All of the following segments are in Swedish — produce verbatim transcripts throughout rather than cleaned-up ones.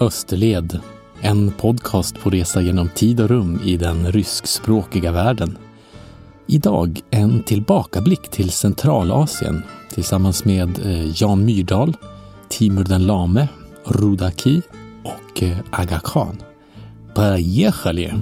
Österled, en podcast på resa genom tid och rum i den ryskspråkiga världen. Idag en tillbakablick till Centralasien tillsammans med Jan Myrdal, Timur den Lame, Rudaki och Aga Khan. Поехали!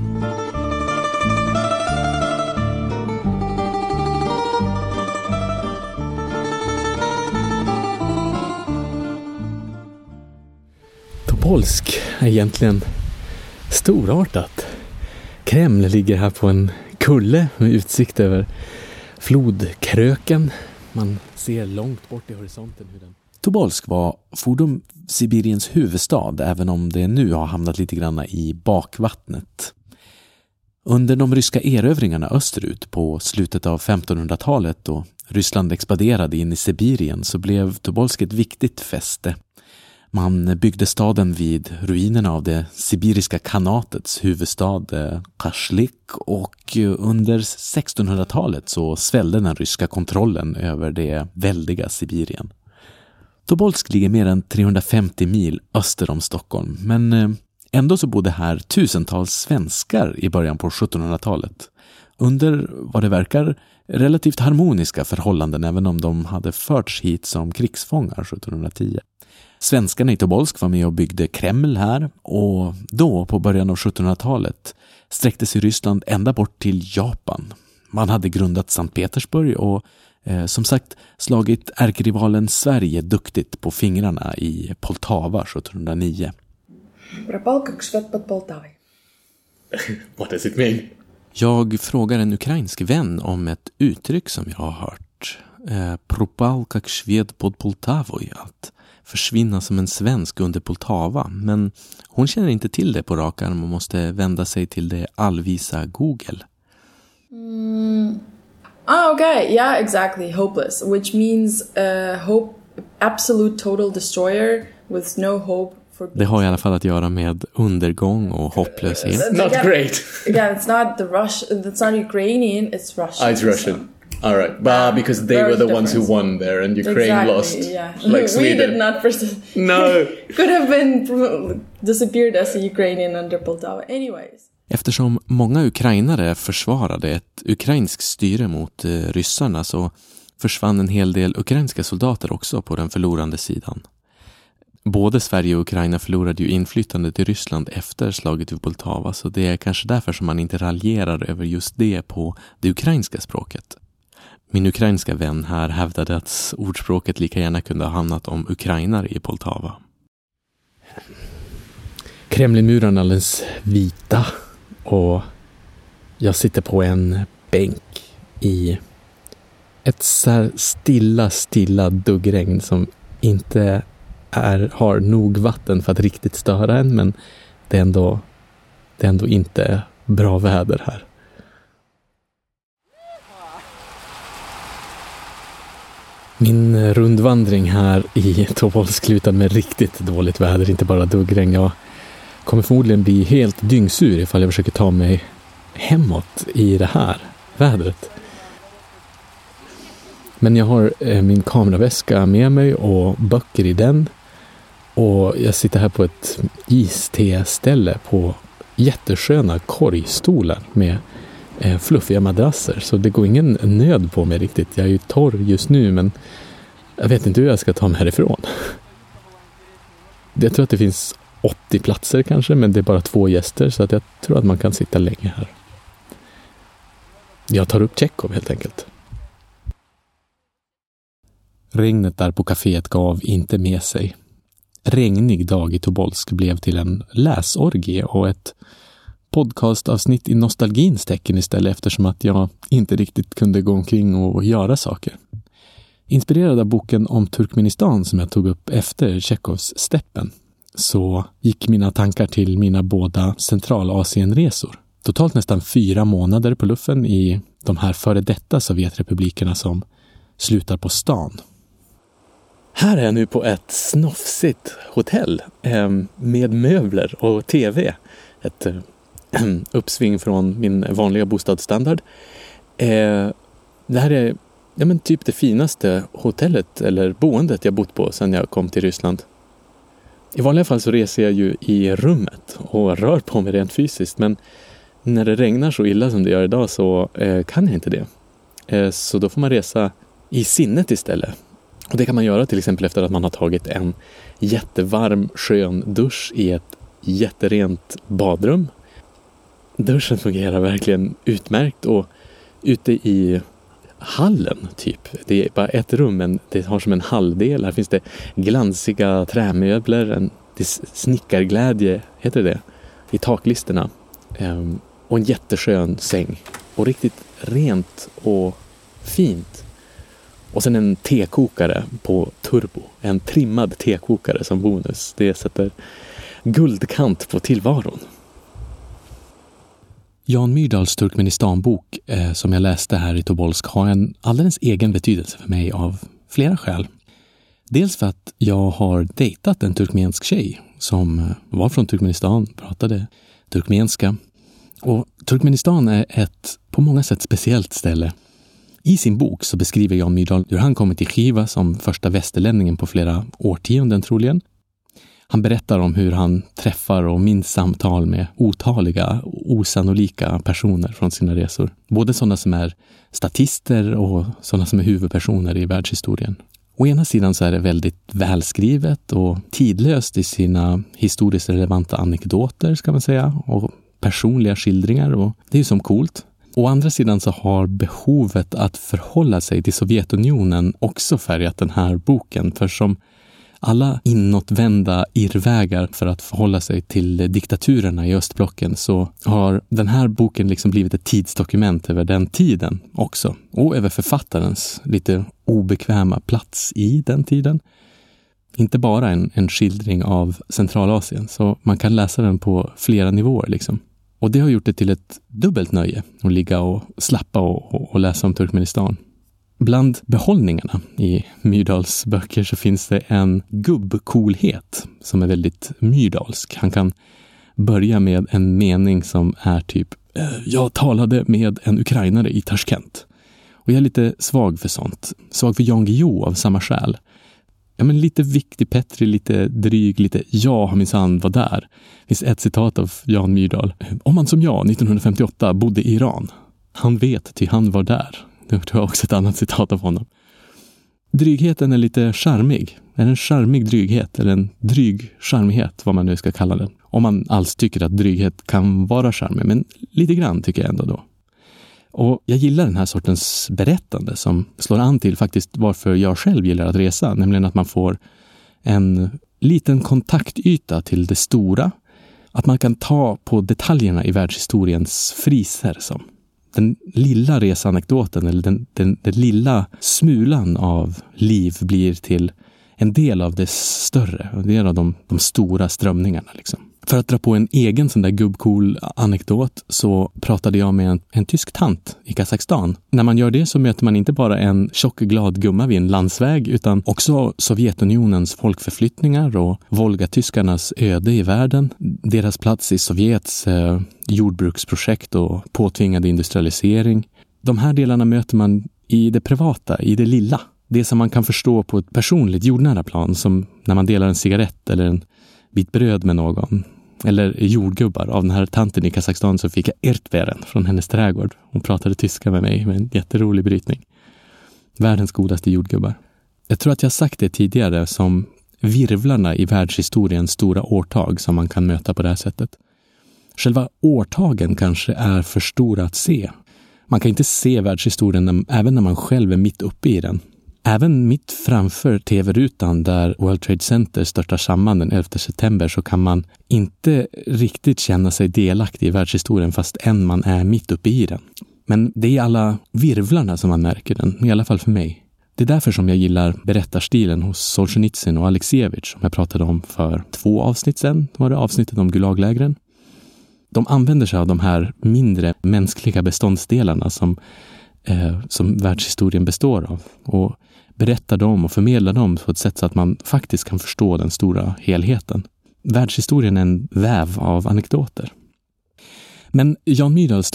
Tobolsk är egentligen storartat. Kreml ligger här på en kulle med utsikt över flodkröken. Man ser långt bort i horisonten hur den... Tobolsk var fordom Sibiriens huvudstad, även om det nu har hamnat lite grann i bakvattnet. Under de ryska erövringarna österut på slutet av femtonhundratalet då Ryssland expanderade in i Sibirien så blev Tobolsk ett viktigt fäste. Man byggde staden vid ruinerna av det sibiriska kanatets huvudstad Kashlik, och under sextonhundratalet så svällde den ryska kontrollen över det väldiga Sibirien. Tobolsk ligger mer än trehundrafemtio mil öster om Stockholm, men ändå så bodde här tusentals svenskar i början på sjuttonhundratalet. Under vad det verkar relativt harmoniska förhållanden, även om de hade förts hit som krigsfångar sjuttonhundratio. Svenskarna i Tobolsk var med och byggde Kreml här, och då på början av sjuttonhundratalet sträckte sig Ryssland ända bort till Japan. Man hade grundat Sankt Petersburg och eh, som sagt slagit ärkerivalen Sverige duktigt på fingrarna i Poltava sjuttonhundranio. What does it mean? Jag frågar en ukrainsk vän om ett uttryck som jag har hört. Eh, Propal kak sved pod Poltavoj, att försvinna som en svensk under Poltava, men hon känner inte till det på rak arm och måste vända sig till det allvisa Google. Mm. Ah, okay. Yeah, exactly. Hopeless, which means uh, hope, absolute total destroyer with no hope for... Det har i alla fall att göra med undergång och hopplöshet. It's not great. Again, it's not the Rush, it's not Ukrainian, it's Russian. Ah, it's Russian. All right, but because they were the difference. ones who won there, and Ukraine exactly, lost, yeah. like we Sweden. did not persist. No, could have been disappeared as a Ukrainian under Poltava. Anyways. Eftersom många ukrainare försvarade ett ukrainskt styre mot eh, ryssarna så försvann en hel del ukrainska soldater också på den förlorande sidan. Både Sverige och Ukraina förlorade ju inflytande till Ryssland efter slaget vid Poltava, så det är kanske därför som man inte raljerar över just det på det ukrainska språket. Min ukrainska vän här hävdade att ordspråket lika gärna kunde ha hamnat om ukrainare i Poltava. Kremlinmuren är alldeles vita och jag sitter på en bänk i ett så stilla, stilla duggregn som inte är, har nog vatten för att riktigt störa en, men det är ändå, det är ändå inte bra väder här. Min rundvandring här i Tobolsk slutade med riktigt dåligt väder, inte bara duggregn. Jag kommer förmodligen bli helt dyngsur ifall jag försöker ta mig hemåt i det här vädret. Men jag har eh, min kameraväska med mig och böcker i den. Och jag sitter här på ett iste-ställe på jättesköna korgstolar med eh, fluffiga madrasser. Så det går ingen nöd på mig riktigt. Jag är ju torr just nu, men jag vet inte hur jag ska ta mig härifrån. Jag tror att det finns åttio platser kanske, men det är bara två gäster, så att jag tror att man kan sitta länge här. Jag tar upp Tjechov helt enkelt. Regnet där på kaféet gav inte med sig. Regnig dag i Tobolsk blev till en läsorgie och ett podcastavsnitt i nostalgins tecken istället, eftersom att jag inte riktigt kunde gå omkring och göra saker. Inspirerad av boken om Turkmenistan som jag tog upp efter Tjechovs Steppen så gick mina tankar till mina båda Centralasienresor. Totalt nästan fyra månader på luffen i de här före detta Sovjetrepublikerna som slutar på stan. Här är jag nu på ett snofsigt hotell eh, med möbler och tv. Ett eh, uppsving från min vanliga bostadsstandard. Eh, det här är ja, men typ det finaste hotellet eller boendet jag bott på sedan jag kom till Ryssland. I vanliga fall så reser jag ju i rummet och rör på mig rent fysiskt, men när det regnar så illa som det gör idag så eh, kan jag inte det. Eh, så då får man resa i sinnet istället. Och det kan man göra till exempel efter att man har tagit en jättevarm skön dusch i ett jätterent badrum. Duschen fungerar verkligen utmärkt, och ute i hallen typ. Det är bara ett rum, men det har som en halldel. Här finns det glansiga trämöbler, en snickarglädje, heter det, i taklisterna. Um, och en jätteskön säng. Och riktigt rent och fint. Och sen en tekokare på turbo. En trimmad tekokare som bonus. Det sätter guldkant på tillvaron. Jan Myrdals Turkmenistan-bok eh, som jag läste här i Tobolsk har en alldeles egen betydelse för mig av flera skäl. Dels för att jag har dejtat en turkmensk tjej som var från Turkmenistan, pratade turkmenska. Och Turkmenistan är ett på många sätt speciellt ställe. I sin bok så beskriver Jan Myrdal hur han kommer till Khiva som första västerlänningen på flera årtionden troligen. Han berättar om hur han träffar och minns samtal med otaliga, osannolika personer från sina resor. Både sådana som är statister och sådana som är huvudpersoner i världshistorien. Å ena sidan så är det väldigt välskrivet och tidlöst i sina historiskt relevanta anekdoter, ska man säga, och personliga skildringar, och det är ju som coolt. Å andra sidan så har behovet att förhålla sig till Sovjetunionen också färgat den här boken, för som alla inåtvända irrvägar för att förhålla sig till diktaturerna i östblocken så har den här boken liksom blivit ett tidsdokument över den tiden också. Och över författarens lite obekväma plats i den tiden. Inte bara en, en skildring av Centralasien, så man kan läsa den på flera nivåer liksom. Och det har gjort det till ett dubbelt nöje att ligga och slappa och, och, och läsa om Turkmenistan. Bland behållningarna i Myrdals böcker så finns det en gubbcoolhet som är väldigt myrdalsk. Han kan börja med en mening som är typ jag talade med en ukrainare i Tashkent. Och jag är lite svag för sånt. Svag för Jan Guillou av samma skäl. Ja, men lite viktig Petri, lite dryg, lite jag minsann var där. Det finns ett citat av Jan Myrdal. Om man som jag nittonhundrafemtioåtta bodde i Iran. Han vet ty han var där. Det tror jag också ett annat citat av honom. Drygheten är lite charmig. Är en charmig dryghet eller en dryg charmighet, vad man nu ska kalla den. Om man alls tycker att dryghet kan vara charmig, men lite grann tycker jag ändå då. Och jag gillar den här sortens berättande som slår an till faktiskt varför jag själv gillar att resa. Nämligen att man får en liten kontaktyta till det stora. Att man kan ta på detaljerna i världshistoriens friser som. Den lilla resanekdoten eller den, den, den lilla smulan av liv blir till en del av det större, en del av de, de stora strömningarna liksom. För att dra på en egen sån där gubbcool anekdot så pratade jag med en, en tysk tant i Kazakstan. När man gör det så möter man inte bara en tjock glad gumma vid en landsväg utan också Sovjetunionens folkförflyttningar och Volga-tyskarnas öde i världen. Deras plats i Sovjets eh, jordbruksprojekt och påtvingade industrialisering. De här delarna möter man i det privata, i det lilla. Det som man kan förstå på ett personligt jordnära plan, som när man delar en cigarett eller en bit bröd med någon. Eller jordgubbar. Av den här tanten i Kazakstan så fick jag ärtbären från hennes trädgård. Hon pratade tyska med mig med en jätterolig brytning. Världens godaste jordgubbar. Jag tror att jag sagt det tidigare som virvlarna i världshistoriens stora årtag som man kan möta på det här sättet. Själva årtagen kanske är för stora att se. Man kan inte se världshistorien även när man själv är mitt uppe i den. Även mitt framför tv-rutan där World Trade Center störtar samman den elfte september så kan man inte riktigt känna sig delaktig i världshistorien fast än man är mitt uppe i den. Men det är alla virvlarna som man märker den, i alla fall för mig. Det är därför som jag gillar berättarstilen hos Solzhenitsyn och Alexievich som jag pratade om för två avsnitt sedan. Det var det avsnittet om Gulaglägren. De använder sig av de här mindre mänskliga beståndsdelarna som, eh, som världshistorien består av och berättar dem och förmedlar dem på ett sätt så att man faktiskt kan förstå den stora helheten. Världshistorien är en väv av anekdoter. Men Jan Myrdals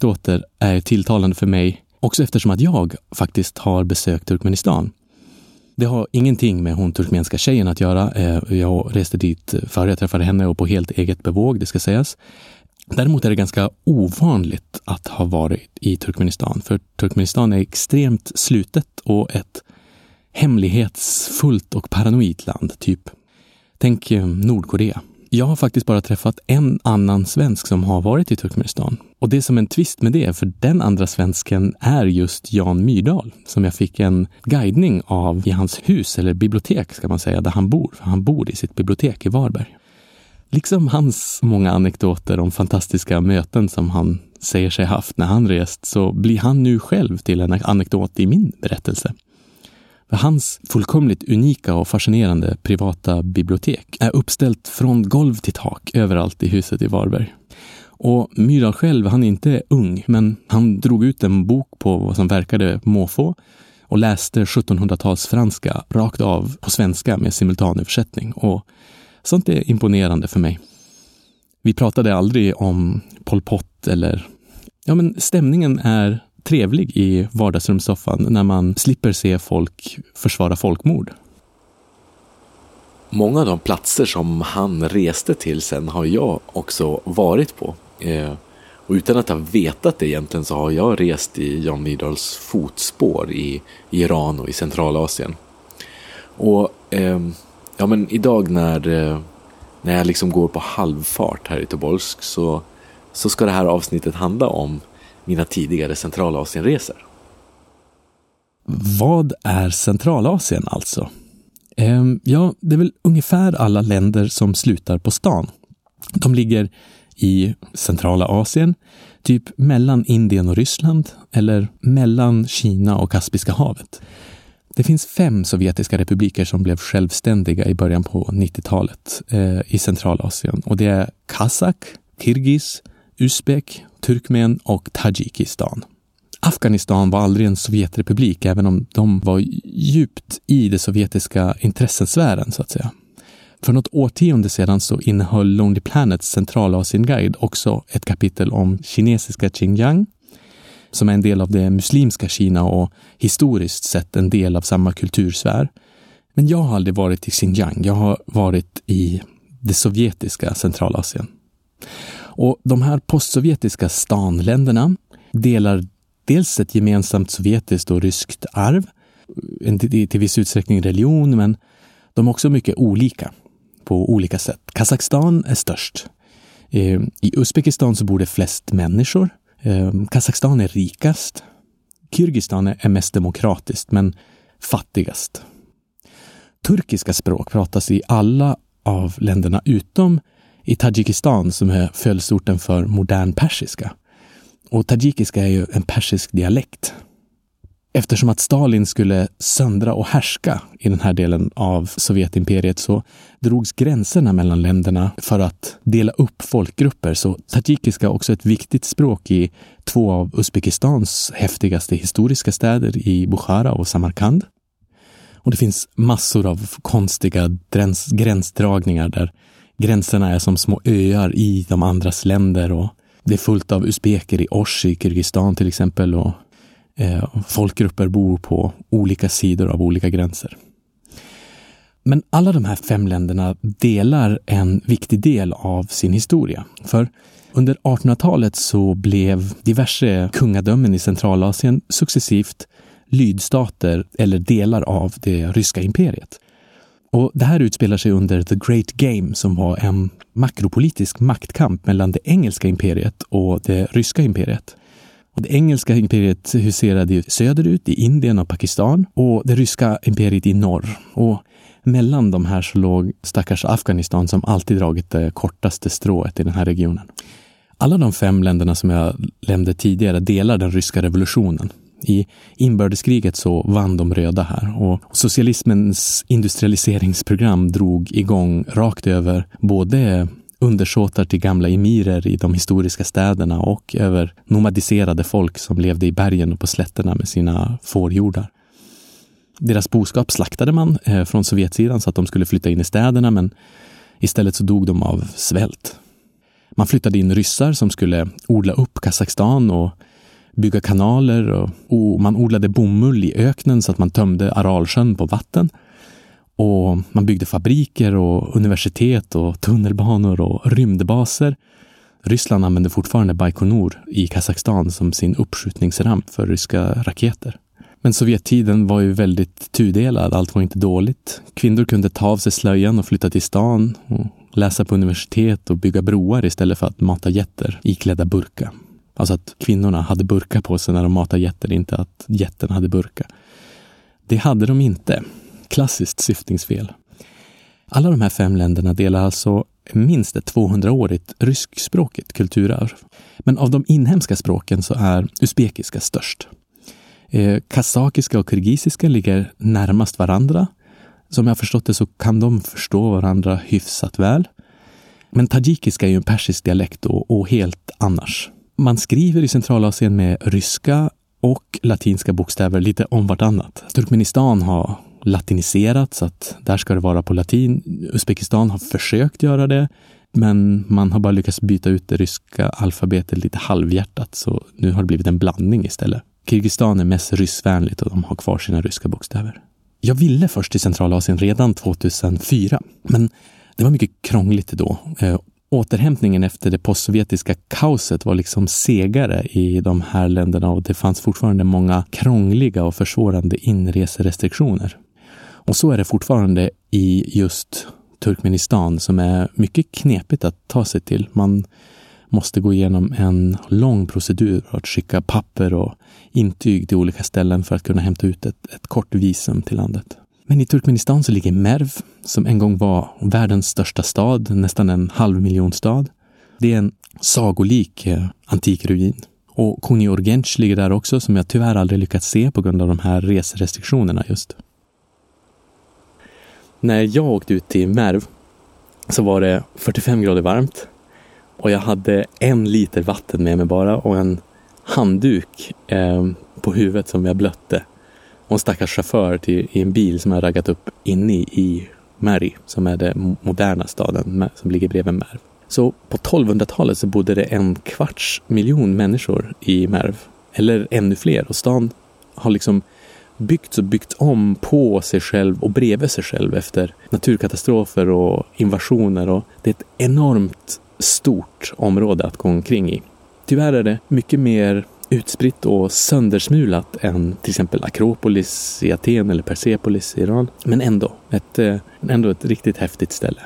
Turkmenistan-anekdoter är tilltalande för mig också eftersom att jag faktiskt har besökt Turkmenistan. Det har ingenting med hon turkmenska tjejen att göra. Jag reste dit före jag träffade henne och på helt eget bevåg, det ska sägas. Däremot är det ganska ovanligt att ha varit i Turkmenistan. För Turkmenistan är extremt slutet och ett hemlighetsfullt och paranoid land, typ. Tänk Nordkorea. Jag har faktiskt bara träffat en annan svensk som har varit i Turkmenistan. Och det är som en twist med det, för den andra svensken är just Jan Myrdal, som jag fick en guidning av i hans hus, eller bibliotek ska man säga, där han bor. För han bor i sitt bibliotek i Varberg. Liksom hans många anekdoter om fantastiska möten som han säger sig haft när han rest, så blir han nu själv till en anekdot i min berättelse. För hans fullkomligt unika och fascinerande privata bibliotek är uppställt från golv till tak överallt i huset i Varberg. Och Myrdal själv, han är inte ung, men han drog ut en bok på vad som verkade måfå och läste sjuttonhundratals franska rakt av på svenska med simultanöversättning. Och sånt är imponerande för mig. Vi pratade aldrig om Pol Pot eller... Ja, men stämningen är trevlig i vardagsrumssoffan när man slipper se folk försvara folkmord. Många av de platser som han reste till sen har jag också varit på. Eh, och utan att ha vetat det egentligen så har jag rest i Jan Myrdals fotspår i, i Iran och i Centralasien. Och eh, ja, men idag när, eh, när jag liksom går på halvfart här i Tobolsk så, så ska det här avsnittet handla om mina tidigare Centralasienresor. Vad är Centralasien alltså? Ehm, ja, det är väl ungefär alla länder som slutar på stan. De ligger i centrala Asien, typ mellan Indien och Ryssland eller mellan Kina och Kaspiska havet. Det finns fem sovjetiska republiker som blev självständiga i början på nittiotalet eh, i Centralasien. Och det är Kazak, Kirgis, Uzbek, Turkmen och Tadzjikistan. Afghanistan var aldrig en sovjetrepublik, även om de var djupt i det sovjetiska intressesfären så att säga. För något årtionde sedan så innehöll Lonely Planets Centralasien-guide också ett kapitel om kinesiska Xinjiang, som är en del av det muslimska Kina och historiskt sett en del av samma kultursfär. Men jag har aldrig varit i Xinjiang, jag har varit i det sovjetiska Centralasien. Och de här postsovjetiska stanländerna delar dels ett gemensamt sovjetiskt och ryskt arv, till viss utsträckning religion, men de är också mycket olika på olika sätt. Kazakstan är störst. I Uzbekistan så bor det flest människor. Kazakstan är rikast. Kyrgyzstan är mest demokratiskt men fattigast. Turkiska språk pratas i alla av länderna utom i Tadzjikistan som är födelseorten för modern persiska. Och tadzjikiska är ju en persisk dialekt. Eftersom att Stalin skulle söndra och härska i den här delen av Sovjetimperiet så drogs gränserna mellan länderna för att dela upp folkgrupper. Så tadzjikiska är också ett viktigt språk i två av Uzbekistans häftigaste historiska städer i Bukhara och Samarkand. Och det finns massor av konstiga gräns- gränsdragningar där gränserna är som små öar i de andras länder, och det är fullt av uzbeker i Osh i Kyrgyzstan till exempel, och eh, folkgrupper bor på olika sidor av olika gränser. Men alla de här fem länderna delar en viktig del av sin historia. För under artonhundratalet så blev diverse kungadömen i Centralasien successivt lydstater eller delar av det ryska imperiet. Och det här utspelar sig under The Great Game, som var en makropolitisk maktkamp mellan det engelska imperiet och det ryska imperiet. Och det engelska imperiet huserade söderut i Indien och Pakistan och det ryska imperiet i norr. Och mellan de här så låg stackars Afghanistan som alltid dragit det kortaste strået i den här regionen. Alla de fem länderna som jag nämnde tidigare delar den ryska revolutionen. I inbördeskriget så vann de röda här, och socialismens industrialiseringsprogram drog igång rakt över både undersåtar till gamla emirer i de historiska städerna och över nomadiserade folk som levde i bergen och på slätterna med sina fårjordar. Deras boskap slaktade man eh, från Sovjetsidan så att de skulle flytta in i städerna, men istället så dog de av svält. Man flyttade in ryssar som skulle odla upp Kazakstan och bygga kanaler och, och man odlade bomull i öknen så att man tömde Aralsjön på vatten. Och man byggde fabriker och universitet och tunnelbanor och rymdbaser. Ryssland använde fortfarande Baikonur i Kazakstan som sin uppskjutningsramp för ryska raketer. Men Sovjettiden var ju väldigt tudelad, allt var inte dåligt. Kvinnor kunde ta av sig slöjan och flytta till stan och läsa på universitet och bygga broar istället för att mata jätter iklädda burka. Alltså att kvinnorna hade burka på sig när de matade jätter, inte att jätterna hade burka. Det hade de inte. Klassiskt syftningsfel. Alla de här fem länderna delar alltså minst ett tvåhundraårigt ryskspråkigt kulturarv. Men av de inhemska språken så är usbekiska störst. Eh, kazakiska och kirgisiska ligger närmast varandra. Som jag förstått det så kan de förstå varandra hyfsat väl. Men tajikiska är ju en persisk dialekt och, och helt annars. Man skriver i Centralasien med ryska och latinska bokstäver lite om vartannat. Turkmenistan har latiniserat så att där ska det vara på latin. Uzbekistan har försökt göra det, men man har bara lyckats byta ut det ryska alfabetet lite halvhjärtat, så nu har det blivit en blandning istället. Kirgistan är mest ryssvänligt och de har kvar sina ryska bokstäver. Jag ville först till Centralasien redan tvåtusenfyra, men det var mycket krångligt då. Eh, återhämtningen efter det postsovjetiska kaoset var liksom segare i de här länderna och det fanns fortfarande många krångliga och försvårande inreserestriktioner. Och så är det fortfarande i just Turkmenistan som är mycket knepigt att ta sig till. Man måste gå igenom en lång procedur att skicka papper och intyg till olika ställen för att kunna hämta ut ett, ett kort visum till landet. Men i Turkmenistan så ligger Merv, som en gång var världens största stad, nästan en halv miljon stad. Det är en sagolik eh, antik ruin. Och Konya-Urgench ligger där också, som jag tyvärr aldrig lyckats se på grund av de här reserestriktionerna just. När jag åkte ut till Merv så var det fyrtiofem grader varmt. Och jag hade en liter vatten med mig bara och en handduk eh, på huvudet som jag blötte. Och en stackars chaufför till, i en bil som jag raggat upp inne i, i Mari, som är den moderna staden som ligger bredvid Merv. Så på tolvhundratalet så bodde det en kvarts miljon människor i Merv. Eller ännu fler. Och stan har liksom byggts och byggts om på sig själv och bredvid sig själv efter naturkatastrofer och invasioner. Och det är ett enormt stort område att gå omkring i. Tyvärr är det mycket mer utspritt och söndersmulat än till exempel Akropolis i Aten eller Persepolis i Iran. Men ändå ett, ändå ett riktigt häftigt ställe.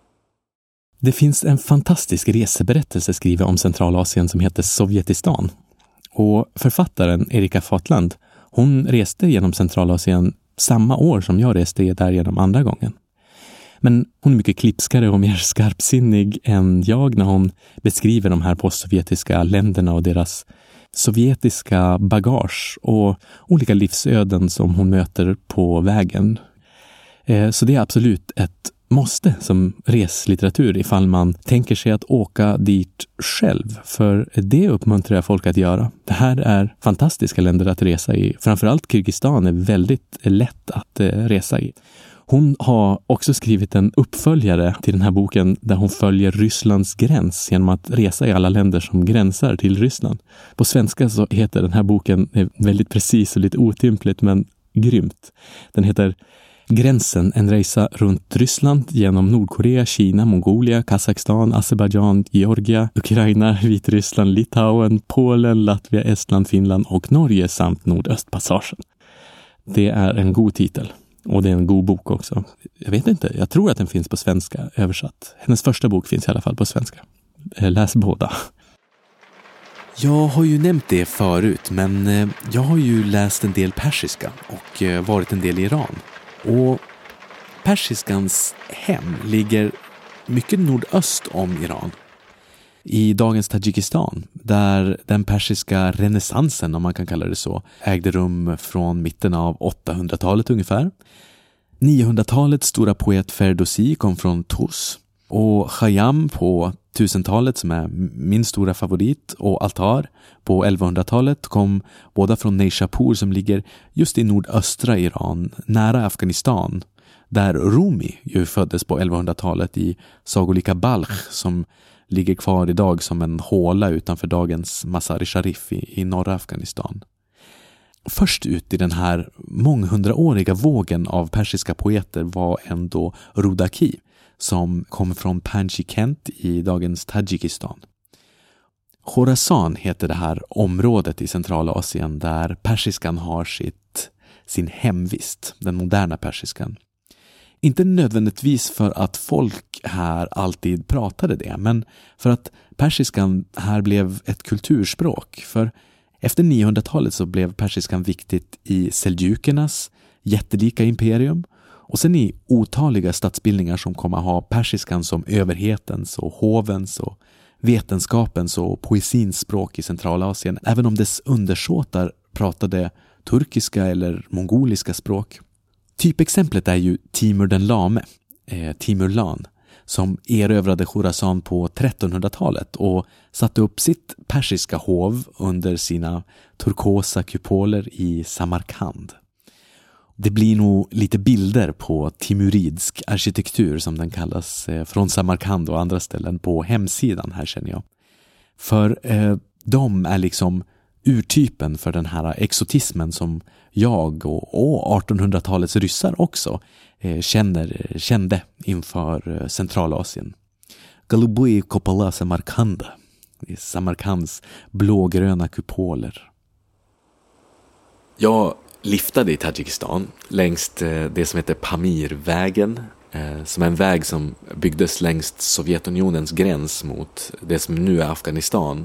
Det finns en fantastisk reseberättelse skriven om Centralasien som heter Sovjetistan. Och författaren Erika Fatland, hon reste genom Centralasien samma år som jag reste där genom andra gången. Men hon är mycket klipskare och mer skarpsinnig än jag när hon beskriver de här postsovjetiska länderna och deras sovjetiska bagage och olika livsöden som hon möter på vägen. Så det är absolut ett måste som reslitteratur ifall man tänker sig att åka dit själv. För det uppmuntrar jag folk att göra. Det här är fantastiska länder att resa i. Framförallt Kirgistan är väldigt lätt att resa i. Hon har också skrivit en uppföljare till den här boken där hon följer Rysslands gräns genom att resa i alla länder som gränsar till Ryssland. På svenska så heter den här boken väldigt precis och lite otympligt men grymt. Den heter Gränsen, en resa runt Ryssland genom Nordkorea, Kina, Mongolia, Kazakstan, Azerbaijan, Georgia, Ukraina, Vitryssland, Litauen, Polen, Latvia, Estland, Finland och Norge samt Nordöstpassagen. Det är en god titel. Och det är en god bok också. Jag vet inte, jag tror att den finns på svenska översatt. Hennes första bok finns i alla fall på svenska. Läs båda. Jag har ju nämnt det förut, men jag har ju läst en del persiska och varit en del i Iran. Och persiskans hem ligger mycket nordöst om Iran. I dagens Tadzjikistan, där den persiska renässansen, om man kan kalla det så, ägde rum från mitten av åttahundratalet ungefär. niohundratalets stora poet Ferdowsi kom från Tus. Och Khayyam på tusentalet, som är min stora favorit, och Altar på elvahundratalet kom båda från Neishapur som ligger just i nordöstra Iran, nära Afghanistan, där Rumi ju föddes på elvahundratalet i sagolika Balkh som ligger kvar idag som en håla utanför dagens Mazar-i Sharif i, i norra Afghanistan. Först ut i den här månghundraåriga vågen av persiska poeter var ändå Rudaki, som kom från Panjshir i dagens Tadzjikistan. Khorasan heter det här området i Centralasien där persiskan har sitt, sin hemvist, den moderna persiskan. Inte nödvändigtvis för att folk här alltid pratade det, men för att persiskan här blev ett kulturspråk. För efter niohundratalet så blev persiskan viktigt i seljukernas jättelika imperium och sen i otaliga stadsbildningar som kommer att ha persiskan som överhetens och hovens och vetenskapens och poesins språk i Centralasien, även om dess undersåtar pratade turkiska eller mongoliska språk. Typexemplet är ju Timur den lame, eh, Timur Lan, som erövrade Khorasan på trettonhundratalet och satte upp sitt persiska hov under sina turkosa kupoler i Samarkand. Det blir nog lite bilder på timuridsk arkitektur som den kallas från Samarkand och andra ställen på hemsidan här, känner jag. För eh, de är liksom urtypen för den här exotismen som jag och, och artonhundratalets ryssar också eh, känner, kände inför eh, Centralasien. Golubui Kopala Samarkanda, Samarkands blågröna kupoler. Jag liftade i Tadzjikistan längs det som heter Pamirvägen, som är en väg som byggdes längs Sovjetunionens gräns mot det som nu är Afghanistan.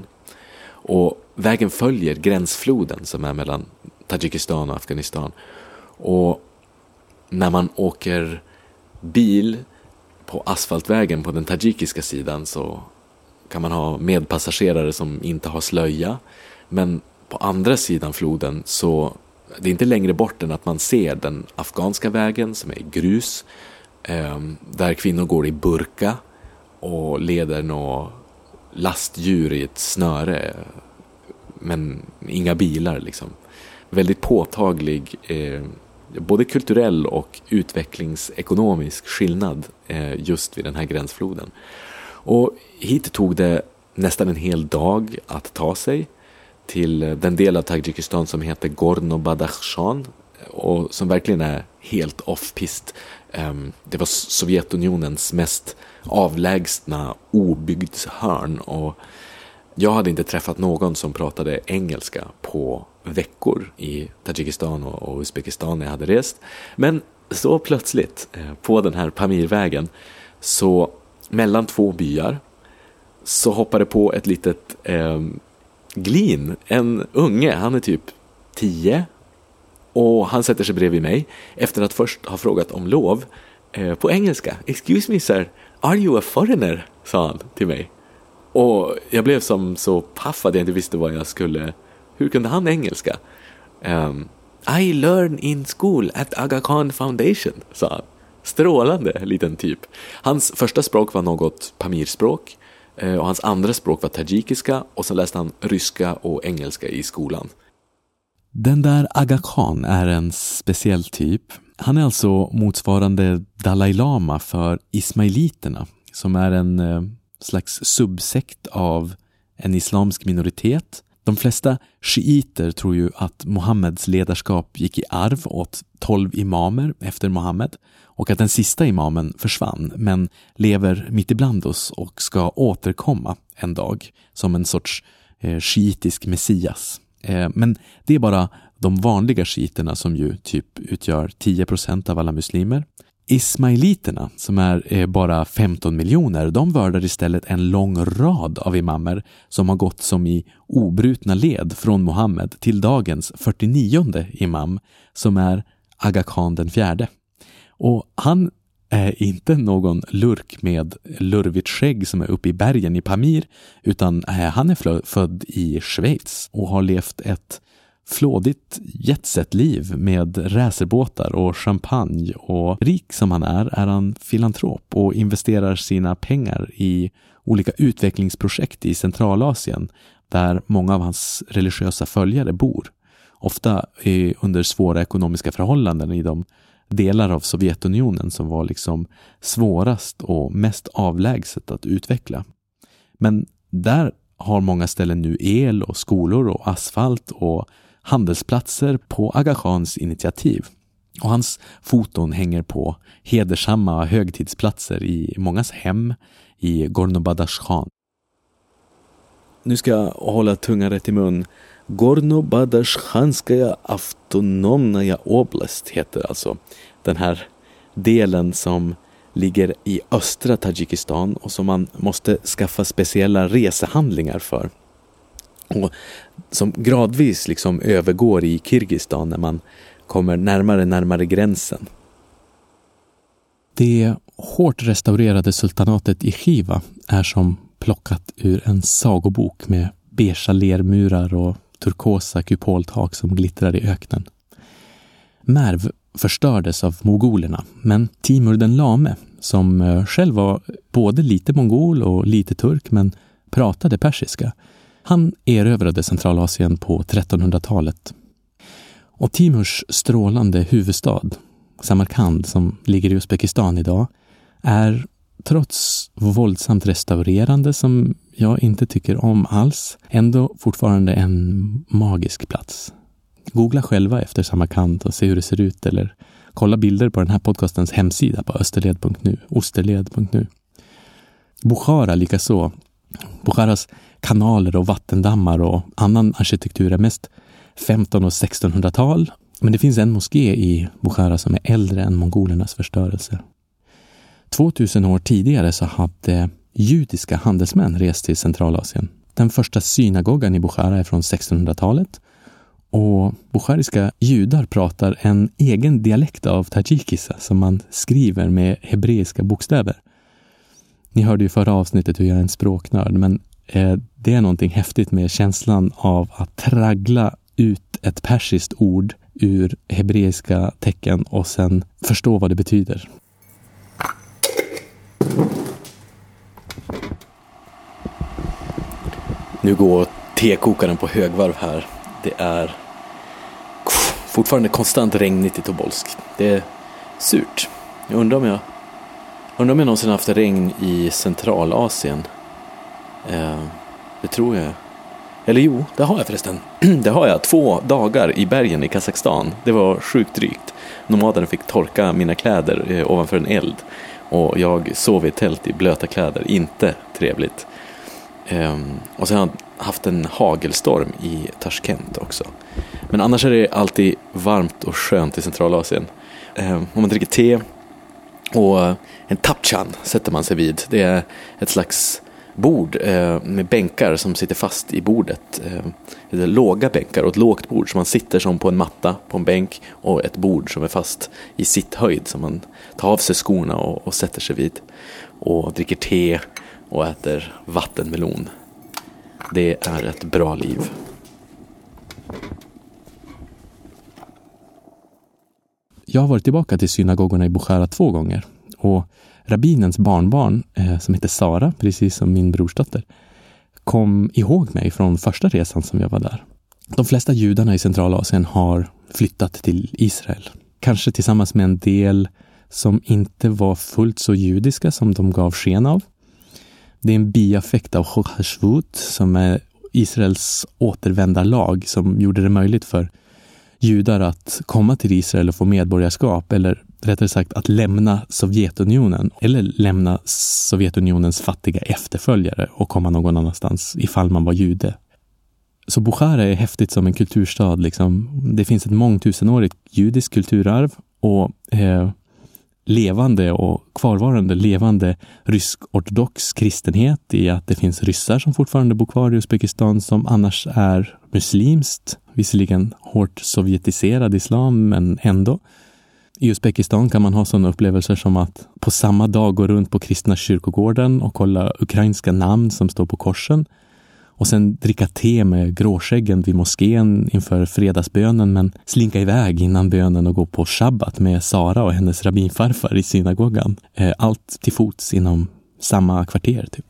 Och vägen följer gränsfloden som är mellan Tadzjikistan och Afghanistan. Och när man åker bil på asfaltvägen på den tadzjikiska sidan så kan man ha medpassagerare som inte har slöja. Men på andra sidan floden så det är inte längre bort än att man ser den afghanska vägen som är grus, eh, där kvinnor går i burka och leder några lastdjur i ett snöre, men inga bilar liksom. Väldigt påtaglig eh, både kulturell och utvecklingsekonomisk skillnad eh, just vid den här gränsfloden. Och hit tog det nästan en hel dag att ta sig till den del av Tadzjikistan som heter Gorno-Badakhshan och som verkligen är helt off-pist. Det var Sovjetunionens mest avlägsna obygdshörn och jag hade inte träffat någon som pratade engelska på veckor i Tadzjikistan och Uzbekistan när jag hade rest. Men så plötsligt på den här Pamirvägen så mellan två byar så hoppade på ett litet eh, glin, en unge, han är typ tio och han sätter sig bredvid mig efter att först ha frågat om lov eh, på engelska. Excuse me sir, are you a foreigner? Sa han till mig. Och jag blev som så paff att jag inte visste vad jag skulle, hur kunde han engelska? Um, I learn in school at Aga Khan Foundation, sa han. Strålande liten typ. Hans första språk var något pamirspråk och hans andra språk var tadzjikiska och så läste han ryska och engelska i skolan. Den där Aga Khan är en speciell typ. Han är alltså motsvarande Dalai Lama för ismailiterna som är en eh, slags subsekt av en islamsk minoritet. De flesta shiiter tror ju att Mohammeds ledarskap gick i arv åt tolv imamer efter Mohammed och att den sista imamen försvann men lever mitt ibland oss och ska återkomma en dag som en sorts eh, shiitisk messias. Eh, men det är bara de vanliga shiiterna som ju typ utgör tio procent av alla muslimer. Ismailiterna, som är eh, bara femton miljoner, de vördar istället en lång rad av imamer som har gått som i obrutna led från Mohammed till dagens fyrtionionde imam som är Aga Khan den fjärde. Och han är inte någon lurk med lurvigt skägg som är uppe i bergen i Pamir, utan eh, han är flö- född i Schweiz och har levt ett flådigt jetset-liv med racerbåtar och champagne, och rik som han är är han filantrop och investerar sina pengar i olika utvecklingsprojekt i Centralasien där många av hans religiösa följare bor. Ofta under svåra ekonomiska förhållanden i de delar av Sovjetunionen som var liksom svårast och mest avlägset att utveckla. Men där har många ställen nu el och skolor och asfalt och handelsplatser på Aga Khans initiativ. Och hans foton hänger på hedersamma högtidsplatser i mångas hem i Gorno-Badakhshan. Nu ska jag hålla tungan rätt i mun. Gorno-Badakhshanskaya autonomnaya oblast heter alltså den här delen som ligger i östra Tadzjikistan och som man måste skaffa speciella resehandlingar för. Och som gradvis liksom övergår i Kirgistan när man kommer närmare närmare gränsen. Det hårt restaurerade sultanatet i Khiva är som plockat ur en sagobok med beige lermurar och turkosa kupoltak som glittrar i öknen. Merv förstördes av mogolerna, men Timur den lame, som själv var både lite mongol och lite turk men pratade persiska, han erövrade Centralasien på trettonhundratalet. Och Timurs strålande huvudstad, Samarkand, som ligger i Uzbekistan idag, är trots våldsamt restaurerande som jag inte tycker om alls, ändå fortfarande en magisk plats. Googla själva efter Samarkand och se hur det ser ut, eller kolla bilder på den här podcastens hemsida på österled punkt nu, osterled punkt nu. Bukhara likaså. Bukharas kanaler och vattendammar och annan arkitektur är mest femton- och sextonhundratal, men det finns en moské i Bukhara som är äldre än mongolernas förstörelse. tvåtusen år tidigare så hade judiska handelsmän rest till Centralasien. Den första synagogan i Bukhara är från sextonhundratalet och bukhariska judar pratar en egen dialekt av tadzjikisa som man skriver med hebreiska bokstäver. Ni hörde ju förra avsnittet hur jag är en språknörd, men eh, det är någonting häftigt med känslan av att traggla ut ett persiskt ord ur hebreiska tecken och sen förstå vad det betyder. Nu går tekokaren på högvarv här. Det är fortfarande konstant regnigt i Tobolsk. Det är surt. Jag undrar om jag undrar om jag någonsin haft regn i Centralasien. Eh, det tror jag. Eller jo, det har jag förresten. Det har jag. Två dagar i bergen i Kazakstan. Det var sjukt drygt. Nomaderna fick torka mina kläder eh, ovanför en eld. Och jag sov i tält i blöta kläder. Inte trevligt. Eh, och sen har jag haft en hagelstorm i Tashkent också. Men annars är det alltid varmt och skönt i Centralasien. Eh, om man dricker te och en tapchan sätter man sig vid. Det är ett slags bord eh, med bänkar som sitter fast i bordet. Eh, det är låga bänkar och ett lågt bord som man sitter som på en matta på en bänk, och ett bord som är fast i sitt höjd som man tar av sig skorna och, och sätter sig vid och dricker te och äter vattenmelon. Det är ett bra liv. Jag har varit tillbaka till synagogorna i Bukhara två gånger, och rabbinens barnbarn, eh, som heter Sara, precis som min brorsdotter, kom ihåg mig från första resan som jag var där. De flesta judarna i Centralasien har flyttat till Israel. Kanske tillsammans med en del som inte var fullt så judiska som de gav sken av. Det är en bieffekt av Chok HaShvut, som är Israels återvändarlag, som gjorde det möjligt för judar att komma till Israel och få medborgarskap, eller rättare sagt att lämna Sovjetunionen eller lämna Sovjetunionens fattiga efterföljare och komma någon annanstans ifall man var jude. Så Bukhara är häftigt som en kulturstad. Liksom. Det finns ett mångtusenårigt judiskt kulturarv och eh, levande och kvarvarande levande rysk-ortodox kristenhet, i att det finns ryssar som fortfarande bor kvar i Uzbekistan som annars är muslimskt, visserligen hårt sovjetiserad islam, men ändå. I Uzbekistan kan man ha sådana upplevelser som att på samma dag gå runt på kristna kyrkogården och kolla ukrainska namn som står på korsen, och sen dricka te med gråskäggen vid moskén inför fredagsbönen, men slinka iväg innan bönen och gå på shabbat med Sara och hennes rabbinfarfar i synagogan. Allt till fots inom samma kvarter typ.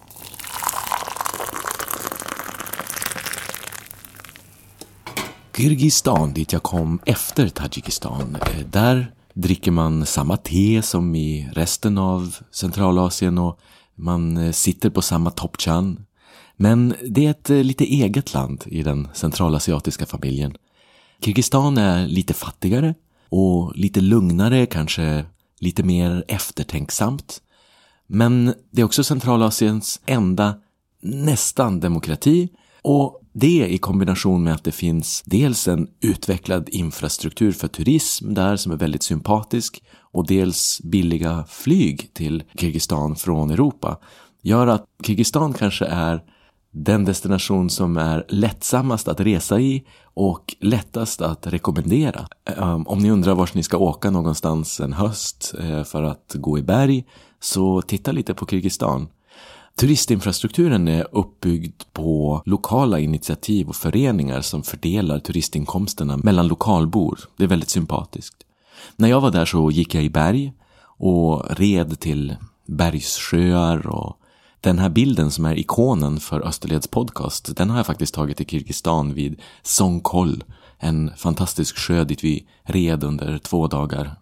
Kirgistan, dit jag kom efter Tadzjikistan, där dricker man samma te som i resten av Centralasien, och Man sitter på samma toppchan. Men det är ett lite eget land i den centralasiatiska familjen. Kirgisistan är lite fattigare och lite lugnare, kanske lite mer eftertänksamt. Men det är också Centralasiens enda nästan demokrati, och det i kombination med att det finns dels en utvecklad infrastruktur för turism där som är väldigt sympatisk och dels billiga flyg till Kirgisistan från Europa gör att Kirgisistan kanske är den destination som är lättsammast att resa i och lättast att rekommendera. Om ni undrar var ni ska åka någonstans en höst för att gå i berg, så titta lite på Kirgisistan. Turistinfrastrukturen är uppbyggd på lokala initiativ och föreningar som fördelar turistinkomsterna mellan lokalbor. Det är väldigt sympatiskt. När jag var där så gick jag i berg och red till bergssjöar, och den här bilden som är ikonen för Österleds podcast, den har jag faktiskt tagit i Kirgisistan vid Songkhol, en fantastisk sjö dit vi red under två dagar.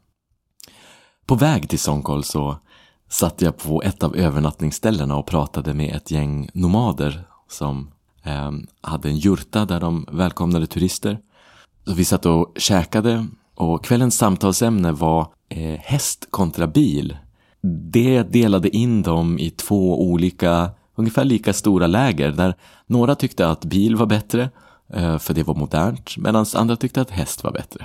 På väg till Songkhol så satt jag på ett av övernattningsställena och pratade med ett gäng nomader som eh, hade en jurta där de välkomnade turister. Så vi satt och käkade, och kvällens samtalsämne var eh, häst kontra bil. Det delade in dem i två olika, ungefär lika stora läger, där några tyckte att bil var bättre eh, för det var modernt, medan andra tyckte att häst var bättre.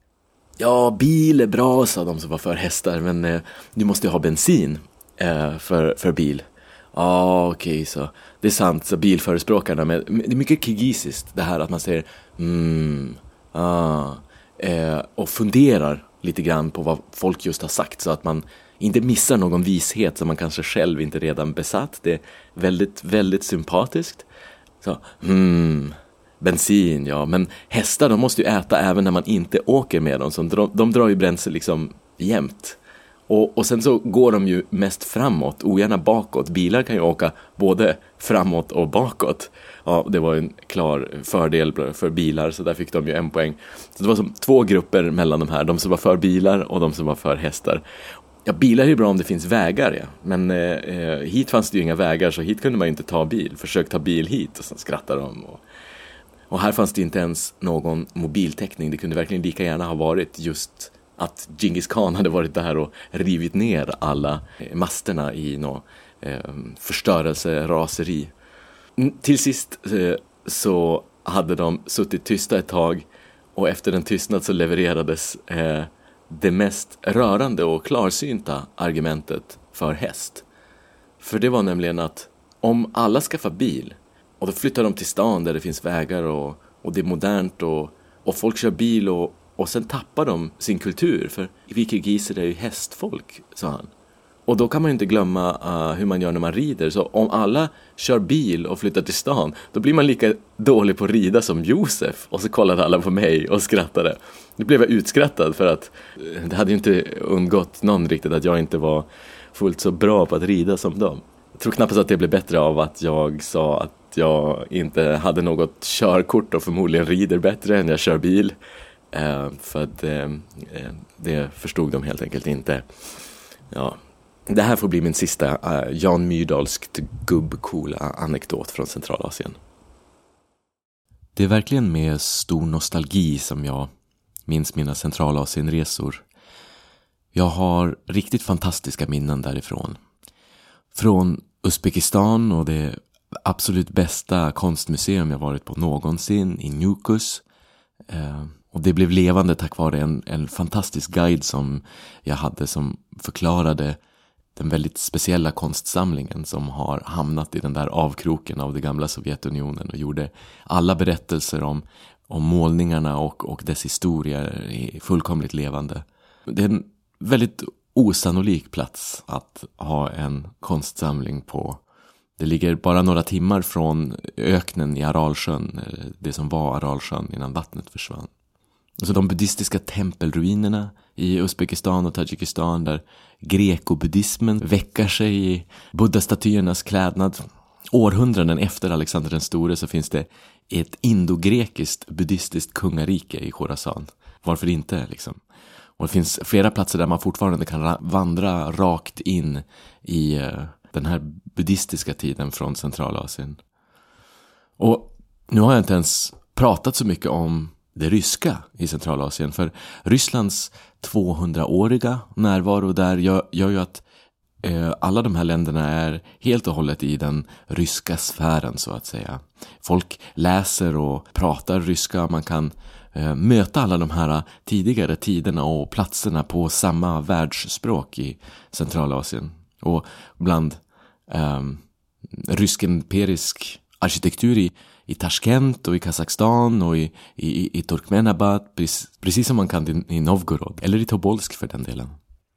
Ja, bil är bra, sa de som var för hästar, men eh, du måste ha bensin eh, för, för bil. Ja, ah, okej, okay, så det är sant, så bilförespråkarna, men det är mycket kirgisiskt det här att man säger mm, ah, eh, och funderar lite grann på vad folk just har sagt, så att man inte missar någon vishet som man kanske själv inte redan besatt. Det är väldigt, väldigt sympatiskt. Så, hmm, bensin, ja. Men hästar, de måste ju äta även när man inte åker med dem. Så de, de drar ju bränsle liksom jämt. Och, och sen så går de ju mest framåt, ogärna bakåt. Bilar kan ju åka både framåt och bakåt. Ja, det var en klar fördel för bilar, så där fick de ju en poäng. Så det var som två grupper mellan de här. De som var för bilar och de som var för hästar. Ja, bilar är ju bra om det finns vägar, ja. Men eh, hit fanns det ju inga vägar, så hit kunde man ju inte ta bil. Försök ta bil hit, och sen skrattar de. Och, och här fanns det inte ens någon mobiltäckning. Det kunde verkligen lika gärna ha varit just att Genghis Khan hade varit där och rivit ner alla eh, masterna i något eh, förstörelseraseri. Till sist eh, så hade de suttit tysta ett tag, och efter en tystnad så levererades eh, det mest rörande och klarsynta argumentet för häst. För det var nämligen att om alla skaffar bil, och då flyttar de till stan där det finns vägar och, och det är modernt och, och folk kör bil, och, och sen tappar de sin kultur, för vi kirgiser är ju hästfolk, sa han. Och då kan man ju inte glömma uh, hur man gör när man rider. Så om alla kör bil och flyttar till stan, då blir man lika dålig på att rida som Josef. Och så kollade alla på mig och skrattade. Nu blev jag utskrattad, för att det hade ju inte undgått någon riktigt att jag inte var fullt så bra på att rida som dem. Jag tror knappast att det blev bättre av att jag sa att jag inte hade något körkort och förmodligen rider bättre än jag kör bil. Uh, för att uh, det förstod de helt enkelt inte. Ja. Det här får bli min sista uh, Jan Myrdalskt gubbcoola anekdot från Centralasien. Det är verkligen med stor nostalgi som jag minns mina Centralasienresor. Jag har riktigt fantastiska minnen därifrån. Från Uzbekistan och det absolut bästa konstmuseum jag varit på någonsin, i Nukus. Uh, och det blev levande tack vare en, en fantastisk guide som jag hade, som förklarade den väldigt speciella konstsamlingen som har hamnat i den där avkroken av det gamla Sovjetunionen, och gjorde alla berättelser om, om målningarna och, och dess historia fullkomligt levande. Det är en väldigt osannolik plats att ha en konstsamling på. Det ligger bara några timmar från öknen i Aralsjön, det som var Aralsjön innan vattnet försvann. Så de buddhistiska tempelruinerna i Uzbekistan och Tadzjikistan, där greko-buddhismen väckar sig i buddha-statyernas klädnad. Århundraden efter Alexander den store så finns det ett indogrekiskt buddhistiskt kungarike i Khorasan. Varför inte liksom? Och det finns flera platser där man fortfarande kan ra- vandra rakt in i uh, den här buddhistiska tiden från Centralasien. Och nu har jag inte ens pratat så mycket om det ryska i Centralasien, för Rysslands tvåhundraåriga närvaro där gör, gör ju att eh, alla de här länderna är helt och hållet i den ryska sfären, så att säga. Folk läser och pratar ryska, man kan eh, möta alla de här tidigare tiderna och platserna på samma världsspråk i Centralasien. Och bland eh, rysk-empirisk arkitektur i i Tashkent och i Kazakstan och i, i, i Turkmenabad, precis, precis som man kan i, i Novgorod, eller i Tobolsk för den delen.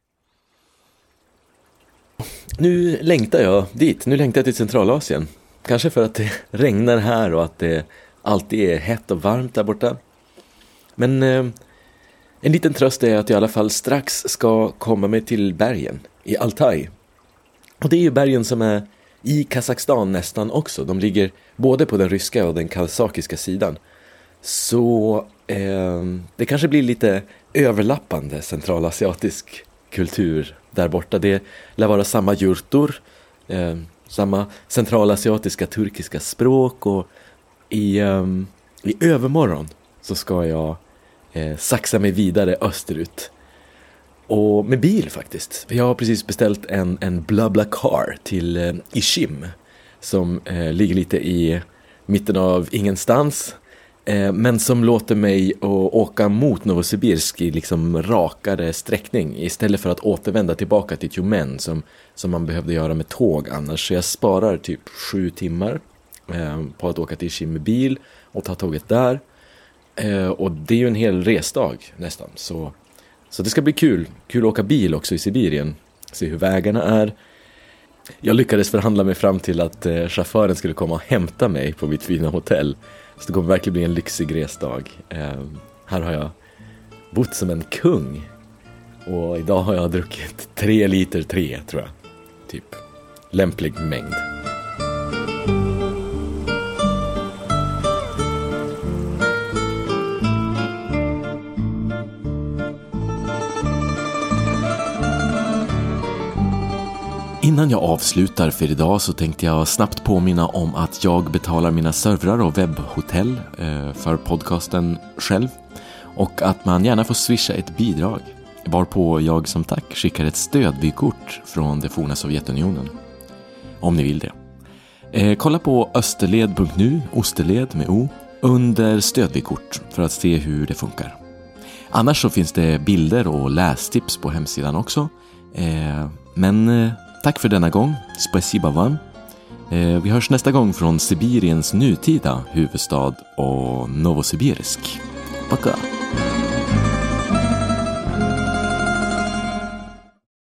Nu längtar jag dit, nu längtar jag till Centralasien. Kanske för att det regnar här och att det alltid är hett och varmt där borta. Men eh, en liten tröst är att jag i alla fall strax ska komma mig till bergen i Altai. Och det är ju bergen som är i Kazakstan nästan också. De ligger både på den ryska och den kazakiska sidan. Så eh, det kanske blir lite överlappande centralasiatisk kultur där borta. Det lär vara samma jurtor, eh, samma centralasiatiska turkiska språk. Och i, eh, i övermorgon så ska jag eh, saxa mig vidare österut. Och med bil faktiskt. Jag har precis beställt en, en BlaBlaCar till eh, Ishim. Som eh, ligger lite i mitten av ingenstans. Eh, men som låter mig å, åka mot Novosibirsk i liksom rakare sträckning. Istället för att återvända tillbaka till Tjumen som, som man behövde göra med tåg annars. Så jag sparar typ sju timmar eh, på att åka till Ishim med bil och ta tåget där. Eh, och det är ju en hel resdag nästan. Så... Så det ska bli kul. Kul att åka bil också i Sibirien. Se hur vägarna är. Jag lyckades förhandla mig fram till att eh, chauffören skulle komma och hämta mig på mitt fina hotell. Så det kommer verkligen bli en lyxig resdag. Eh, här har jag bott som en kung. Och idag har jag druckit tre liter tre, tror jag. Typ lämplig mängd. Innan jag avslutar för idag så tänkte jag snabbt påminna om att jag betalar mina servrar och webbhotell eh, för podcasten själv. Och att man gärna får swisha ett bidrag. Varpå jag som tack skickar ett stödvykort från det forna Sovjetunionen. Om ni vill det. Eh, kolla på österled punkt nu, osterled med o, under stödvykort för att se hur det funkar. Annars så finns det bilder och lästips på hemsidan också. Eh, men... Eh, Tack för denna gång, spasiba vam. Eh, vi hörs nästa gång från Sibiriens nutida huvudstad och Novosibirsk. Пока!